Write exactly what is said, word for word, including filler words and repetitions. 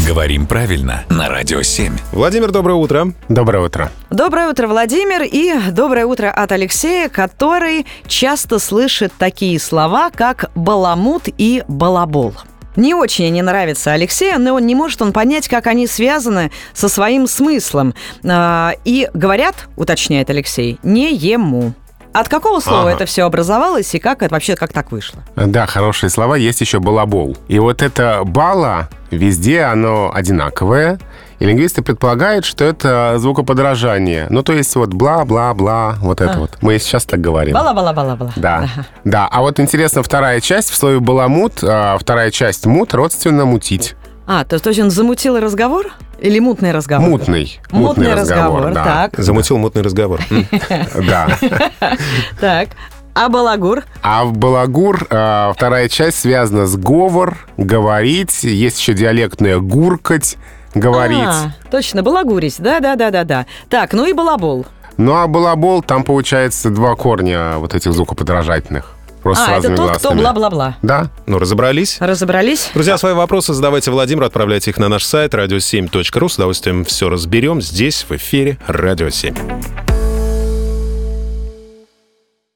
Говорим правильно на Радио семь. Владимир, доброе утро. Доброе утро. Доброе утро, Владимир, и доброе утро от Алексея, который часто слышит такие слова, как «баламут» и «балабол». Не очень они нравятся Алексею, но он не может он понять, как они связаны со своим смыслом. И говорят, уточняет Алексей, не ему. От какого слова ага. это все образовалось и как это вообще как так вышло? Да, хорошие слова. Есть еще балабол. И вот это бала везде оно одинаковое. И лингвисты предполагают, что это звукоподражание. Ну, то есть вот бла-бла-бла, вот это а. вот. Мы сейчас так говорим. Бала-бала-бала-бала. Да. Ага. Да. А вот интересно, вторая часть в слове баламут, а вторая часть мут родственно мутить. А, то, то есть он замутил разговор? Или мутный разговор? Мутный. Мутный разговор, да. Так. Замутил мутный разговор. Да. Так. А балагур? А в балагур а, вторая часть связана с говор, говорить. Есть еще диалектное гуркать, говорить. А, точно, балагурить. Да-да-да-да-да. Так, ну и балабол. Ну а балабол, там получается два корня вот этих звукоподражательных. Просто а, это тот, гласными. Кто бла-бла-бла. Да. Ну, разобрались? Разобрались. Друзья, свои вопросы задавайте Владимиру, отправляйте их на наш сайт радио семь точка ру. С удовольствием все разберем здесь, в эфире Радио семь.